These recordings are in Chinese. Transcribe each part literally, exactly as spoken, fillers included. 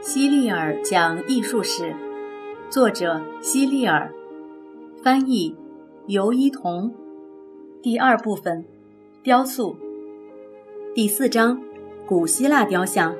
希利尔讲艺术史，作者希利尔，翻译尤一彤。第二部分，雕塑。第四章，古希腊雕像。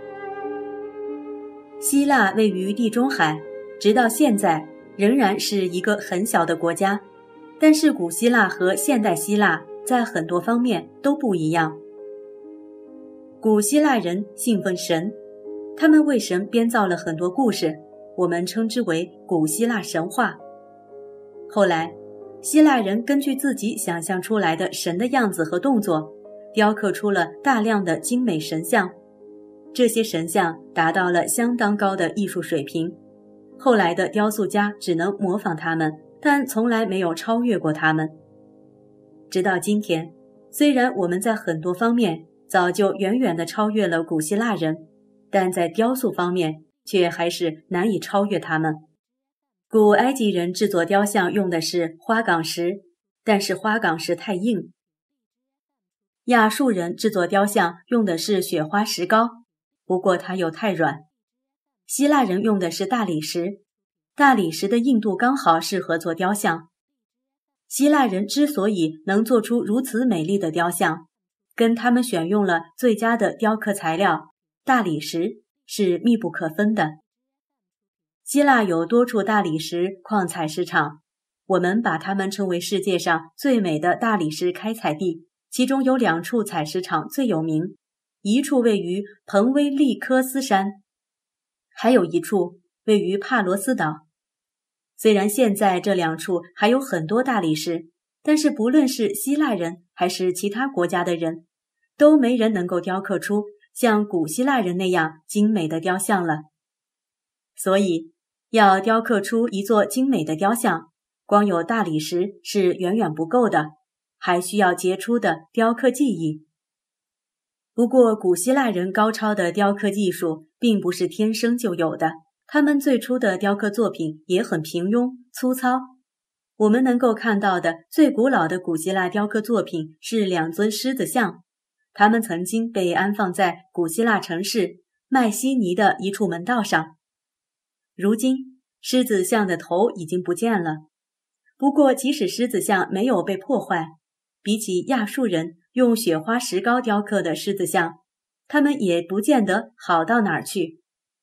希腊位于地中海，直到现在仍然是一个很小的国家，但是古希腊和现代希腊在很多方面都不一样。古希腊人信奉神，他们为神编造了很多故事，我们称之为古希腊神话。后来，希腊人根据自己想象出来的神的样子和动作，雕刻出了大量的精美神像。这些神像达到了相当高的艺术水平，后来的雕塑家只能模仿他们，但从来没有超越过他们。直到今天，虽然我们在很多方面早就远远地超越了古希腊人，但在雕塑方面却还是难以超越他们。古埃及人制作雕像用的是花岗石，但是花岗石太硬。亚述人制作雕像用的是雪花石膏，不过它又太软。希腊人用的是大理石，大理石的硬度刚好适合做雕像。希腊人之所以能做出如此美丽的雕像，跟他们选用了最佳的雕刻材料大理石是密不可分的。希腊有多处大理石矿采石场，我们把它们称为世界上最美的大理石开采地，其中有两处采石场最有名，一处位于彭威利科斯山，还有一处位于帕罗斯岛。虽然现在这两处还有很多大理石，但是不论是希腊人还是其他国家的人，都没人能够雕刻出像古希腊人那样精美的雕像了。所以要雕刻出一座精美的雕像，光有大理石是远远不够的，还需要杰出的雕刻技艺。不过古希腊人高超的雕刻技术并不是天生就有的，他们最初的雕刻作品也很平庸粗糙。我们能够看到的最古老的古希腊雕刻作品是两尊狮子像，它们曾经被安放在古希腊城市迈锡尼的一处门道上。如今，狮子像的头已经不见了。不过，即使狮子像没有被破坏，比起亚述人用雪花石膏雕刻的狮子像，它们也不见得好到哪儿去。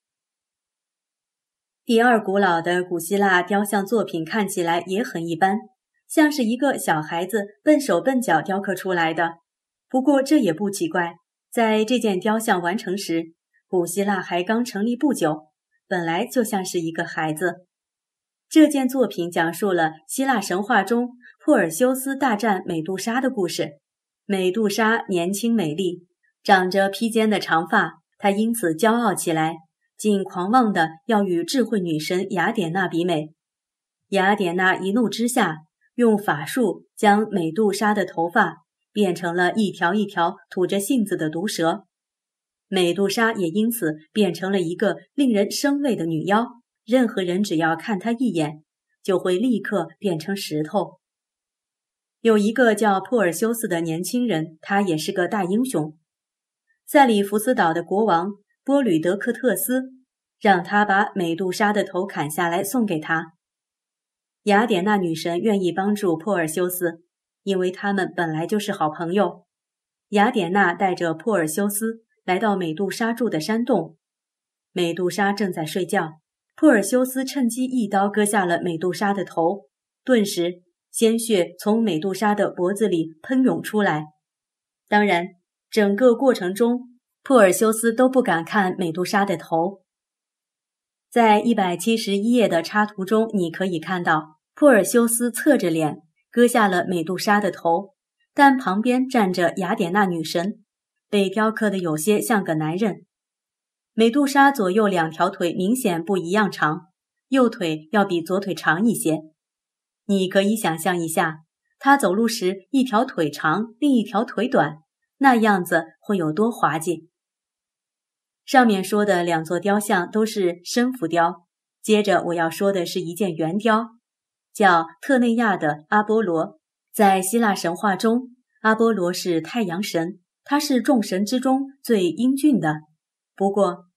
第二古老的古希腊雕像作品看起来也很一般，像是一个小孩子笨手笨脚雕刻出来的。不过这也不奇怪，在这件雕像完成时，古希腊还刚成立不久，本来就像是一个孩子。这件作品讲述了希腊神话中珀尔修斯大战美杜莎的故事。美杜莎年轻美丽，长着披肩的长发，她因此骄傲起来，竟狂妄地要与智慧女神雅典娜比美。雅典娜一怒之下，用法术将美杜莎的头发变成了一条一条吐着信子的毒蛇。美杜莎也因此变成了一个令人生畏的女妖，任何人只要看她一眼，就会立刻变成石头。有一个叫珀尔修斯的年轻人，他也是个大英雄。塞里福斯岛的国王波吕德克特斯让他把美杜莎的头砍下来送给他。雅典娜女神愿意帮助珀尔修斯，因为他们本来就是好朋友。雅典娜带着珀尔修斯来到美杜莎住的山洞，美杜莎正在睡觉，珀尔修斯趁机一刀割下了美杜莎的头，顿时鲜血从美杜莎的脖子里喷涌出来。当然，整个过程中，珀尔修斯都不敢看美杜莎的头。在一百七十一页的插图中，你可以看到珀尔修斯侧着脸割下了美杜莎的头，但旁边站着雅典娜女神，被雕刻得有些像个男人。美杜莎左右两条腿明显不一样长，右腿要比左腿长一些。你可以想象一下，她走路时一条腿长，另一条腿短，那样子会有多滑稽。上面说的两座雕像都是深浮雕，接着我要说的是一件圆雕，叫特内亚的阿波罗。在希腊神话中，阿波罗是太阳神，他是众神之中最英俊的。不过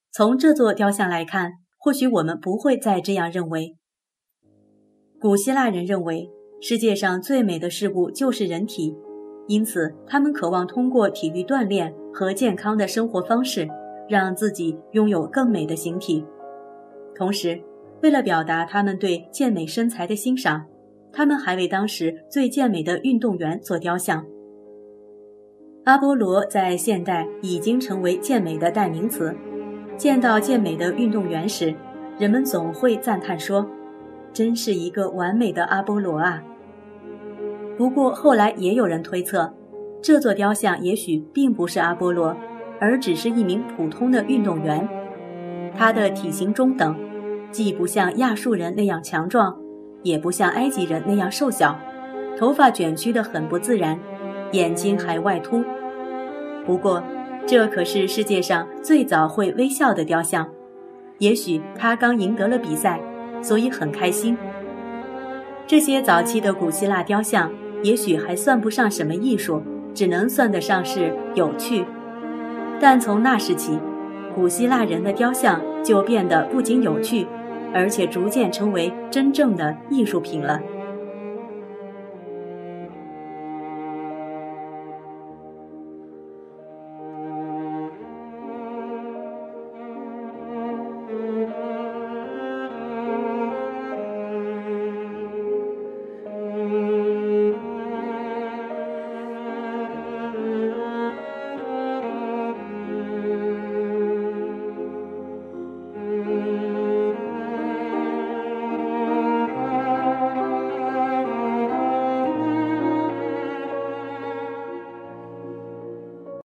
从这座雕像来看，或许我们不会再这样认为。古希腊人认为世界上最美的事物就是人体，因此他们渴望通过体育锻炼和健康的生活方式，让自己拥有更美的形体。同时，为了表达他们对健美身材的欣赏，他们还为当时最健美的运动员做雕像。阿波罗在现代已经成为健美的代名词，见到健美的运动员时，人们总会赞叹说，真是一个完美的阿波罗啊。不过后来也有人推测，这座雕像也许并不是阿波罗，而只是一名普通的运动员。他的体型中等，既不像亚述人那样强壮，也不像埃及人那样瘦小，头发卷曲得很不自然，眼睛还外凸。不过这可是世界上最早会微笑的雕像，也许他刚赢得了比赛，所以很开心。这些早期的古希腊雕像也许还算不上什么艺术，只能算得上是有趣。但从那时起，古希腊人的雕像就变得不仅有趣，而且逐渐成为真正的艺术品了。